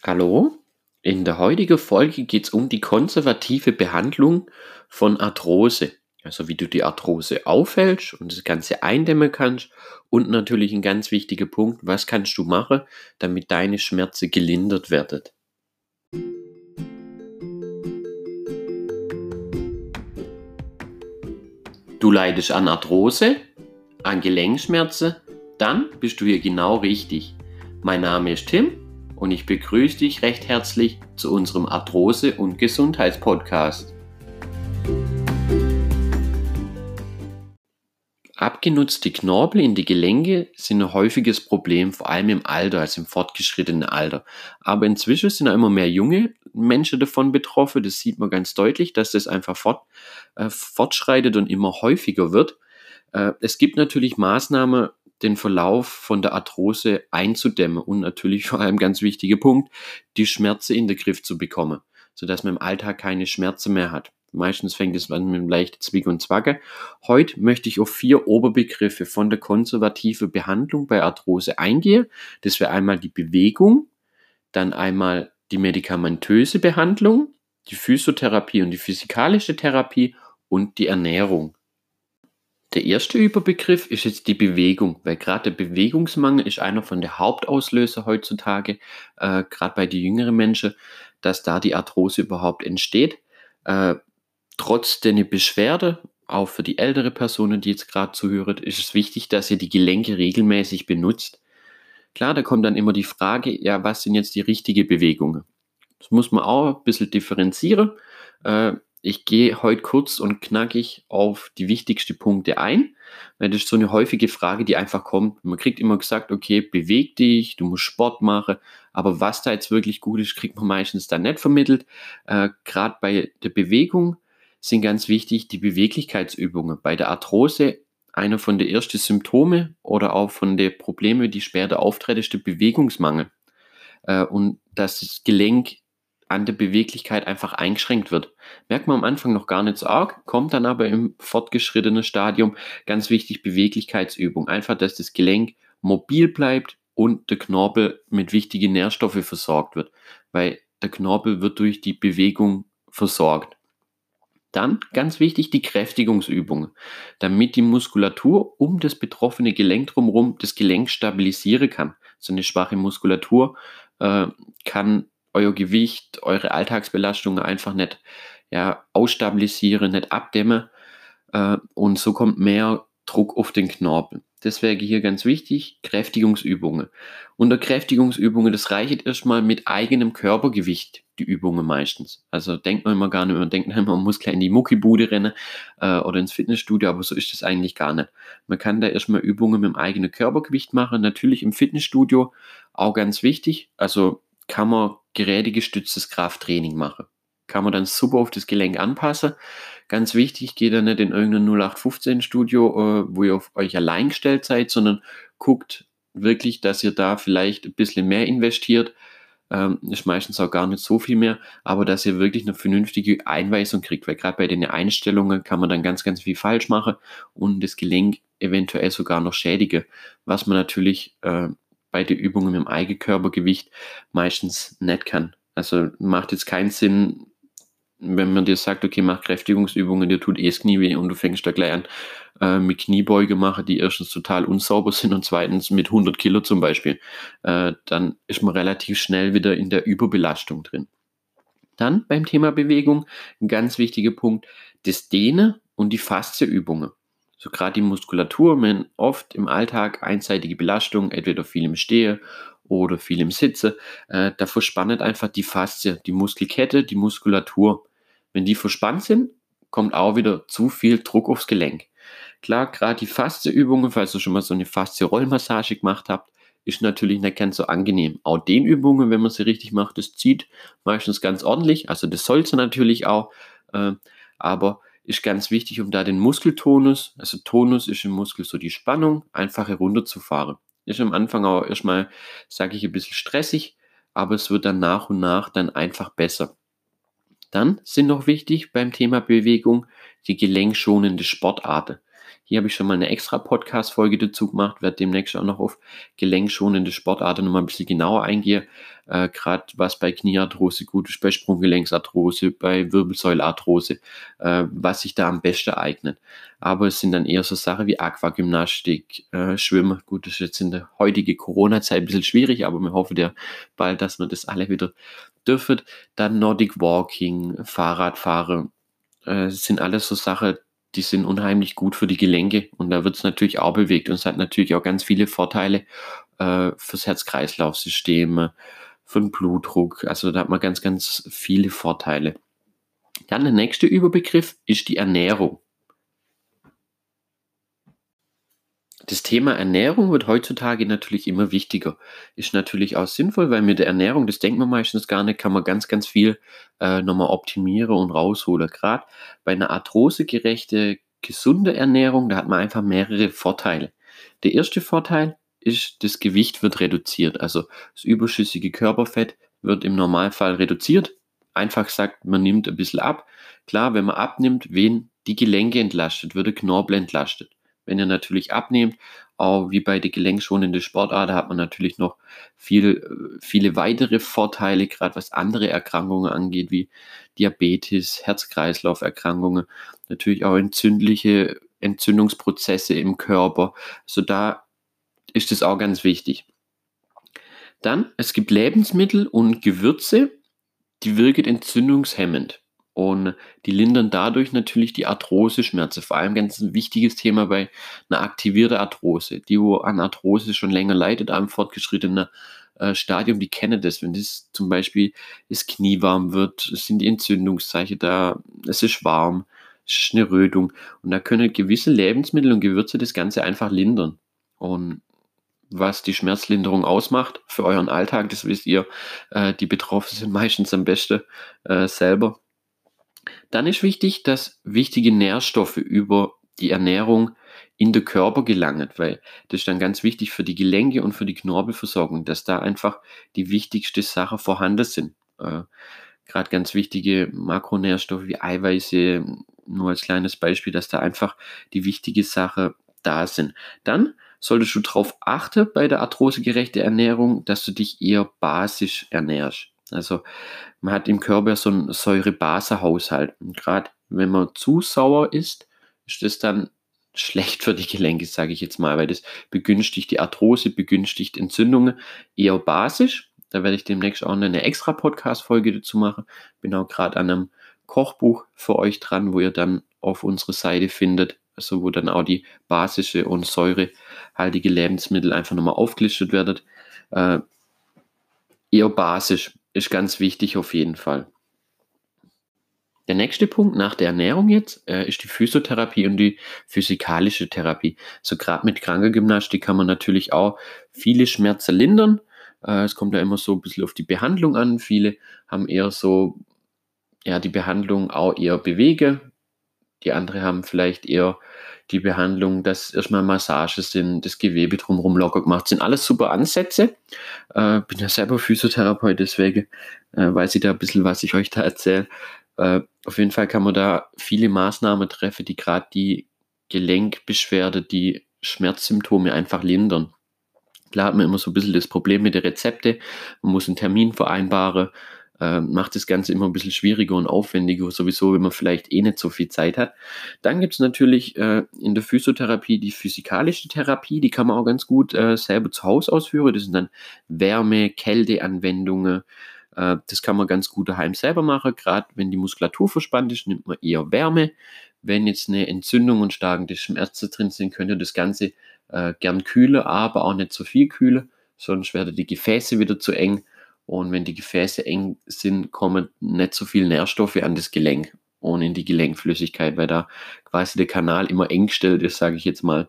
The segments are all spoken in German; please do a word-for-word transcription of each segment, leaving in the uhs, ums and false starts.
Hallo, in der heutigen Folge geht es um die konservative Behandlung von Arthrose. Also wie du die Arthrose aufhältst und das Ganze eindämmen kannst und natürlich ein ganz wichtiger Punkt, was kannst du machen, damit deine Schmerzen gelindert werden. Du leidest an Arthrose, an Gelenkschmerzen, dann bist du hier genau richtig. Mein Name ist Tim und ich begrüße dich recht herzlich zu unserem Arthrose- und Gesundheitspodcast. Abgenutzte Knorpel in die Gelenke sind ein häufiges Problem, vor allem im Alter, also im fortgeschrittenen Alter. Aber inzwischen sind auch immer mehr junge Menschen davon betroffen. Das sieht man ganz deutlich, dass das einfach fort, äh, fortschreitet und immer häufiger wird. Äh, es gibt natürlich Maßnahmen, den Verlauf von der Arthrose einzudämmen und natürlich vor allem ganz wichtiger Punkt, die Schmerzen in den Griff zu bekommen, sodass man im Alltag keine Schmerzen mehr hat. Meistens fängt es an mit einem leichten Zwick und Zwacke. Heute möchte ich auf vier Oberbegriffe von der konservativen Behandlung bei Arthrose eingehen. Das wäre einmal die Bewegung, dann einmal die medikamentöse Behandlung, die Physiotherapie und die physikalische Therapie und die Ernährung. Der erste Überbegriff ist jetzt die Bewegung, weil gerade der Bewegungsmangel ist einer von der Hauptauslöser heutzutage, äh, gerade bei den jüngeren Menschen, dass da die Arthrose überhaupt entsteht. Äh, trotz der Beschwerde, auch für die ältere Personen, die jetzt gerade zuhören, ist es wichtig, dass ihr die Gelenke regelmäßig benutzt. Klar, da kommt dann immer die Frage, ja, was sind jetzt die richtigen Bewegungen? Das muss man auch ein bisschen differenzieren. Äh, ich gehe heute kurz und knackig auf die wichtigsten Punkte ein, weil das ist so eine häufige Frage, die einfach kommt. Man kriegt immer gesagt, okay, beweg dich, du musst Sport machen, aber was da jetzt wirklich gut ist, kriegt man meistens dann nicht vermittelt. Äh, Gerade bei der Bewegung sind ganz wichtig die Beweglichkeitsübungen. Bei der Arthrose einer von den ersten Symptome oder auch von den Problemen, die später auftreten, ist der Bewegungsmangel. Äh, und dass das Gelenk an der Beweglichkeit einfach eingeschränkt wird. Merkt man am Anfang noch gar nicht so arg, kommt dann aber im fortgeschrittenen Stadium. Ganz wichtig, Beweglichkeitsübung. Einfach, dass das Gelenk mobil bleibt und der Knorpel mit wichtigen Nährstoffen versorgt wird, weil der Knorpel wird durch die Bewegung versorgt. Dann, ganz wichtig, die Kräftigungsübungen, damit die Muskulatur um das betroffene Gelenk drumherum das Gelenk stabilisieren kann. So eine schwache Muskulatur äh, kann euer Gewicht, eure Alltagsbelastungen einfach nicht ja, ausstabilisieren, nicht abdämmen äh, und so kommt mehr Druck auf den Knorpel. Deswegen hier ganz wichtig, Kräftigungsübungen. Unter Kräftigungsübungen, das reicht erstmal mit eigenem Körpergewicht, die Übungen meistens. Also denkt man immer gar nicht, man denkt immer, man muss gleich in die Muckibude rennen äh, oder ins Fitnessstudio, aber so ist das eigentlich gar nicht. Man kann da erstmal Übungen mit dem eigenen Körpergewicht machen, natürlich im Fitnessstudio, auch ganz wichtig, also kann man gerätegestütztes Krafttraining machen. Kann man dann super auf das Gelenk anpassen. Ganz wichtig, geht da nicht in irgendein null acht fünfzehn Studio, äh, wo ihr auf euch allein gestellt seid, sondern guckt wirklich, dass ihr da vielleicht ein bisschen mehr investiert. Ähm, ist meistens auch gar nicht so viel mehr, aber dass ihr wirklich eine vernünftige Einweisung kriegt, weil gerade bei den Einstellungen kann man dann ganz, ganz viel falsch machen und das Gelenk eventuell sogar noch schädigen, was man natürlich äh, bei den Übungen mit dem Eigenkörpergewicht meistens nicht kann. Also macht jetzt keinen Sinn, wenn man dir sagt, okay, mach Kräftigungsübungen, dir tut eh das Knie weh und du fängst da gleich an äh, mit Kniebeuge machen, die erstens total unsauber sind und zweitens mit hundert Kilo zum Beispiel, äh, dann ist man relativ schnell wieder in der Überbelastung drin. Dann beim Thema Bewegung, ein ganz wichtiger Punkt, das Dehnen und die Faszieübungen. So gerade die Muskulatur, man oft im Alltag einseitige Belastung, entweder viel im Stehen oder viel im Sitzen, äh, da verspannt einfach die Faszie, die Muskelkette, die Muskulatur. Wenn die verspannt sind, kommt auch wieder zu viel Druck aufs Gelenk. Klar, gerade die Faszieübungen, falls ihr schon mal so eine Faszie-Rollmassage gemacht habt, ist natürlich nicht ganz so angenehm. Auch den Übungen, wenn man sie richtig macht, das zieht meistens ganz ordentlich, also das soll sie natürlich auch, äh, aber ist ganz wichtig, um da den Muskeltonus, also Tonus ist im Muskel so die Spannung, einfach herunterzufahren. Ist am Anfang auch erstmal, sage ich, ein bisschen stressig, aber es wird dann nach und nach dann einfach besser. Dann sind noch wichtig beim Thema Bewegung die gelenkschonende Sportarten. Hier habe ich schon mal eine extra Podcast-Folge dazu gemacht, werde demnächst auch noch auf gelenkschonende Sportarten nochmal ein bisschen genauer eingehen. Äh, Gerade was bei Kniearthrose gut ist, bei Sprunggelenksarthrose, bei Wirbelsäularthrose, äh, was sich da am besten eignet. Aber es sind dann eher so Sachen wie Aquagymnastik, äh, Schwimmen. Gut, das ist jetzt in der heutigen Corona-Zeit ein bisschen schwierig, aber wir hoffen ja bald, dass wir das alle wieder dürfen. Dann Nordic Walking, Fahrradfahren, äh, sind alles so Sachen, die sind unheimlich gut für die Gelenke und da wird es natürlich auch bewegt und es hat natürlich auch ganz viele Vorteile äh, fürs Herz-Kreislauf-System, für den Blutdruck. Also da hat man ganz, ganz viele Vorteile. Dann der nächste Überbegriff ist die Ernährung. Das Thema Ernährung wird heutzutage natürlich immer wichtiger. Ist natürlich auch sinnvoll, weil mit der Ernährung, das denkt man meistens gar nicht, kann man ganz, ganz viel äh, nochmal optimieren und rausholen. Gerade bei einer arthrosegerechte, gesunde Ernährung, da hat man einfach mehrere Vorteile. Der erste Vorteil ist, das Gewicht wird reduziert. Also das überschüssige Körperfett wird im Normalfall reduziert. Einfach gesagt, man nimmt ein bisschen ab. Klar, wenn man abnimmt, wen die Gelenke entlastet, wird der Knorpel entlastet. Wenn ihr natürlich abnehmt, auch wie bei der gelenkschonenden Sportart, da hat man natürlich noch viel, viele weitere Vorteile, gerade was andere Erkrankungen angeht, wie Diabetes, Herz-Kreislauf-Erkrankungen, natürlich auch entzündliche Entzündungsprozesse im Körper. Also da ist es auch ganz wichtig. Dann, es gibt Lebensmittel und Gewürze, die wirken entzündungshemmend. Und die lindern dadurch natürlich die Arthrose-Schmerzen. Vor allem ganz ein wichtiges Thema bei einer aktivierten Arthrose. Die, wo an Arthrose schon länger leidet, am fortgeschrittenen äh, Stadium, die kennen das. Wenn das zum Beispiel das Knie warm wird, es sind die Entzündungszeichen da, es ist warm, es ist eine Rötung. Und da können gewisse Lebensmittel und Gewürze das Ganze einfach lindern. Und was die Schmerzlinderung ausmacht für euren Alltag, das wisst ihr, äh, die Betroffenen sind meistens am besten äh, selber. Dann ist wichtig, dass wichtige Nährstoffe über die Ernährung in den Körper gelangen, weil das ist dann ganz wichtig für die Gelenke und für die Knorpelversorgung, dass da einfach die wichtigsten Sachen vorhanden sind. Äh, Gerade ganz wichtige Makronährstoffe wie Eiweiße, nur als kleines Beispiel, dass da einfach die wichtige Sache da sind. Dann solltest du darauf achten bei der arthrosegerechten Ernährung, dass du dich eher basisch ernährst. Also man hat im Körper so einen Säure-Base-Haushalt. Und gerade wenn man zu sauer ist, ist das dann schlecht für die Gelenke, sage ich jetzt mal, weil das begünstigt die Arthrose, begünstigt Entzündungen, eher basisch. Da werde ich demnächst auch eine extra Podcast-Folge dazu machen. Bin auch gerade an einem Kochbuch für euch dran, wo ihr dann auf unserer Seite findet, also wo dann auch die basische und säurehaltige Lebensmittel einfach nochmal aufgelistet werden. Äh, eher basisch ist ganz wichtig auf jeden Fall. Der nächste Punkt nach der Ernährung jetzt äh, ist die Physiotherapie und die physikalische Therapie. So gerade mit Krankengymnastik kann man natürlich auch viele Schmerzen lindern. Äh, es kommt ja immer so ein bisschen auf die Behandlung an. Viele haben eher so, ja, die Behandlung auch eher bewege. Die anderen haben vielleicht eher die Behandlung, dass erstmal Massage sind, das Gewebe drumherum locker gemacht sind. Alles super Ansätze. Äh, bin ja selber Physiotherapeut, deswegen äh, weiß ich da ein bisschen, was ich euch da erzähle. Äh, auf jeden Fall kann man da viele Maßnahmen treffen, die gerade die Gelenkbeschwerde, die Schmerzsymptome einfach lindern. Klar hat man immer so ein bisschen das Problem mit den Rezepten. Man muss einen Termin vereinbaren. Äh, macht das Ganze immer ein bisschen schwieriger und aufwendiger, sowieso, wenn man vielleicht eh nicht so viel Zeit hat. Dann gibt es natürlich äh, in der Physiotherapie die physikalische Therapie, die kann man auch ganz gut äh, selber zu Hause ausführen. Das sind dann Wärme-, Kälteanwendungen. Äh, das kann man ganz gut daheim selber machen. Gerade wenn die Muskulatur verspannt ist, nimmt man eher Wärme. Wenn jetzt eine Entzündung und starke Schmerzen drin sind, könnt ihr das Ganze äh, gern kühlen, aber auch nicht zu viel kühlen, sonst werden die Gefäße wieder zu eng. Und wenn die Gefäße eng sind, kommen nicht so viele Nährstoffe an das Gelenk und in die Gelenkflüssigkeit, weil da quasi der Kanal immer eng gestellt ist, sage ich jetzt mal.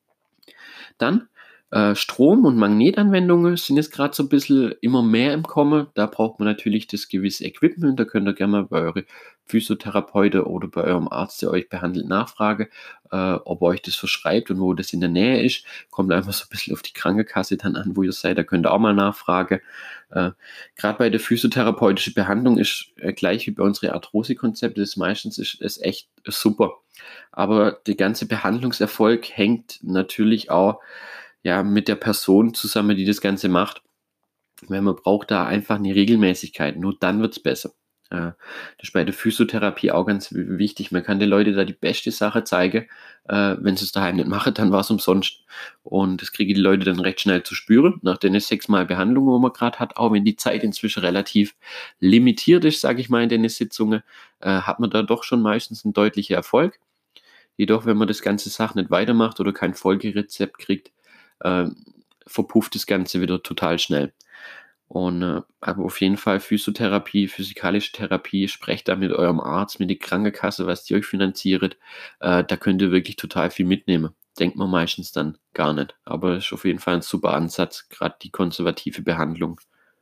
Dann äh, Strom- und Magnetanwendungen sind jetzt gerade so ein bisschen immer mehr im Kommen. Da braucht man natürlich das gewisse Equipment. Da könnt ihr gerne mal bei eurem Physiotherapeuten oder bei eurem Arzt, der euch behandelt, nachfragen, äh, ob er euch das verschreibt und wo das in der Nähe ist. Kommt einfach so ein bisschen auf die Krankenkasse dann an, wo ihr seid. Da könnt ihr auch mal nachfragen. Äh, Gerade bei der physiotherapeutischen Behandlung ist äh, gleich wie bei unseren Arthrose-Konzepten, das meistens ist es echt super. Aber der ganze Behandlungserfolg hängt natürlich auch ja, mit der Person zusammen, die das Ganze macht. Weil man braucht da einfach eine Regelmäßigkeit, nur dann wird es besser. Äh, das ist bei der Physiotherapie auch ganz wichtig. Man kann den Leuten da die beste Sache zeigen. Äh, wenn sie es daheim nicht machen, dann war es umsonst. Und das kriegen die Leute dann recht schnell zu spüren, nach den sechsmal Behandlungen, wo man gerade hat. Auch wenn die Zeit inzwischen relativ limitiert ist, sage ich mal, in den Sitzungen, äh, hat man da doch schon meistens einen deutlichen Erfolg. Jedoch, wenn man das ganze Sache nicht weitermacht oder kein Folgerezept kriegt, äh, verpufft das Ganze wieder total schnell. Und äh, aber auf jeden Fall Physiotherapie, physikalische Therapie, sprecht da mit eurem Arzt, mit der Krankenkasse, was die euch finanziert. Äh, da könnt ihr wirklich total viel mitnehmen. Denkt man meistens dann gar nicht. Aber das ist auf jeden Fall ein super Ansatz, gerade die konservative Behandlung.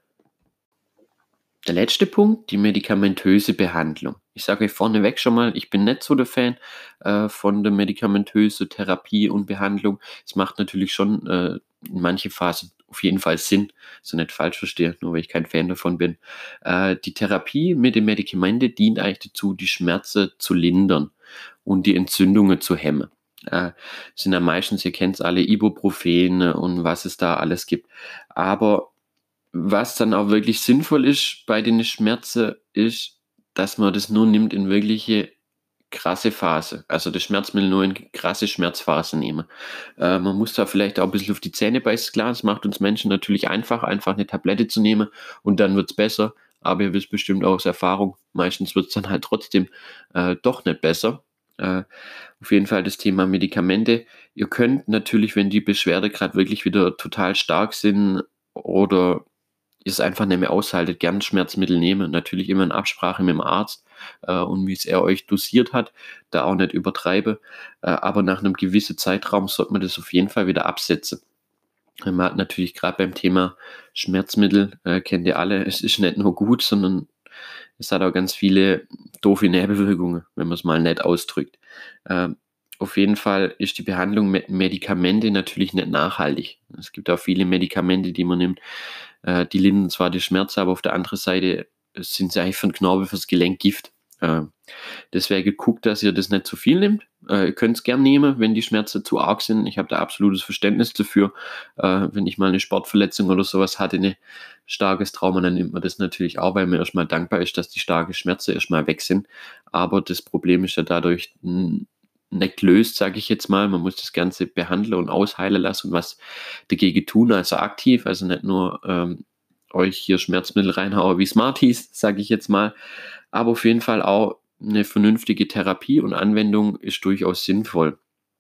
Der letzte Punkt, die medikamentöse Behandlung. Ich sage euch vorneweg schon mal, ich bin nicht so der Fan äh, von der medikamentösen Therapie und Behandlung. Es macht natürlich schon äh, in manchen Phasen auf jeden Fall Sinn, so nicht falsch verstehe, nur weil ich kein Fan davon bin. Äh, die Therapie mit den Medikamenten dient eigentlich dazu, die Schmerzen zu lindern und die Entzündungen zu hemmen. Äh, sind ja meistens, ihr kennt es alle, Ibuprofen und was es da alles gibt. Aber was dann auch wirklich sinnvoll ist bei den Schmerzen, ist, dass man das nur nimmt in wirkliche krasse Phase. Also das Schmerzmittel nur in krasse Schmerzphase nehmen. Äh, man muss da vielleicht auch ein bisschen auf die Zähne beißen. Klar, es macht uns Menschen natürlich einfach, einfach eine Tablette zu nehmen und dann wird es besser. Aber ihr wisst bestimmt auch aus Erfahrung, meistens wird es dann halt trotzdem äh, doch nicht besser. Äh, auf jeden Fall das Thema Medikamente. Ihr könnt natürlich, wenn die Beschwerde gerade wirklich wieder total stark sind oder ihr es einfach nicht mehr aushaltet, gern Schmerzmittel nehmen. Natürlich immer in Absprache mit dem Arzt äh, und wie es er euch dosiert hat, da auch nicht übertreibe. Äh, aber nach einem gewissen Zeitraum sollte man das auf jeden Fall wieder absetzen. Man hat natürlich gerade beim Thema Schmerzmittel, äh, kennt ihr alle, es ist nicht nur gut, sondern es hat auch ganz viele doofe Nebenwirkungen, wenn man es mal nett ausdrückt. Äh, Auf jeden Fall ist die Behandlung mit Medikamente natürlich nicht nachhaltig. Es gibt auch viele Medikamente, die man nimmt, äh, die lindern zwar die Schmerzen, aber auf der anderen Seite sind sie eigentlich für den Knorpel, fürs Gelenk Gift. Äh, deswegen guckt, dass ihr das nicht zu viel nehmt. Äh, ihr könnt es gern nehmen, wenn die Schmerzen zu arg sind. Ich habe da absolutes Verständnis dafür. Äh, wenn ich mal eine Sportverletzung oder sowas hatte, ein starkes Trauma, dann nimmt man das natürlich auch, weil man erstmal dankbar ist, dass die starken Schmerzen erstmal weg sind. Aber das Problem ist ja dadurch mh, nicht gelöst, sage ich jetzt mal. Man muss das Ganze behandeln und ausheilen lassen und was dagegen tun, also aktiv, also nicht nur ähm, euch hier Schmerzmittel reinhauen wie Smarties, sage ich jetzt mal. Aber auf jeden Fall auch eine vernünftige Therapie und Anwendung ist durchaus sinnvoll.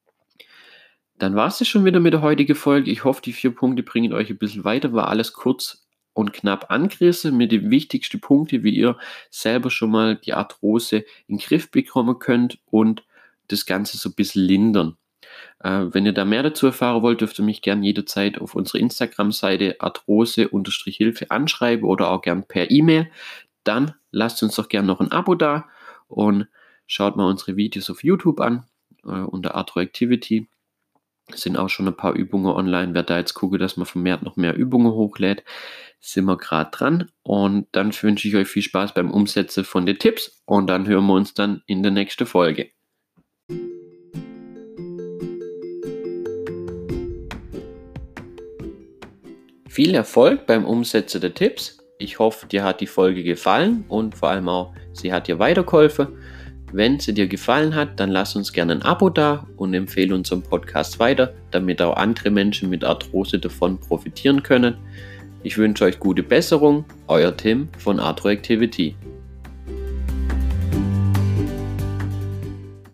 Dann war es das schon wieder mit der heutigen Folge. Ich hoffe, die vier Punkte bringen euch ein bisschen weiter. War alles kurz und knapp angerissen mit den wichtigsten Punkten, wie ihr selber schon mal die Arthrose in den Griff bekommen könnt und das Ganze so ein bisschen lindern. Äh, wenn ihr da mehr dazu erfahren wollt, dürft ihr mich gerne jederzeit auf unserer Instagram-Seite arthrose-hilfe anschreiben oder auch gern per E-Mail. Dann lasst uns doch gerne noch ein Abo da und schaut mal unsere Videos auf YouTube an, äh, unter Arthroactivity. Es sind auch schon ein paar Übungen online. Wer da jetzt gucke, dass man vermehrt noch mehr Übungen hochlädt, sind wir gerade dran. Und dann wünsche ich euch viel Spaß beim Umsetzen von den Tipps und dann hören wir uns dann in der nächsten Folge. Viel Erfolg beim Umsetzen der Tipps. Ich hoffe, dir hat die Folge gefallen und vor allem auch, sie hat dir weitergeholfen. Wenn sie dir gefallen hat, dann lass uns gerne ein Abo da und empfehle unseren Podcast weiter, damit auch andere Menschen mit Arthrose davon profitieren können. Ich wünsche euch gute Besserung, euer Tim von Arthroactivity.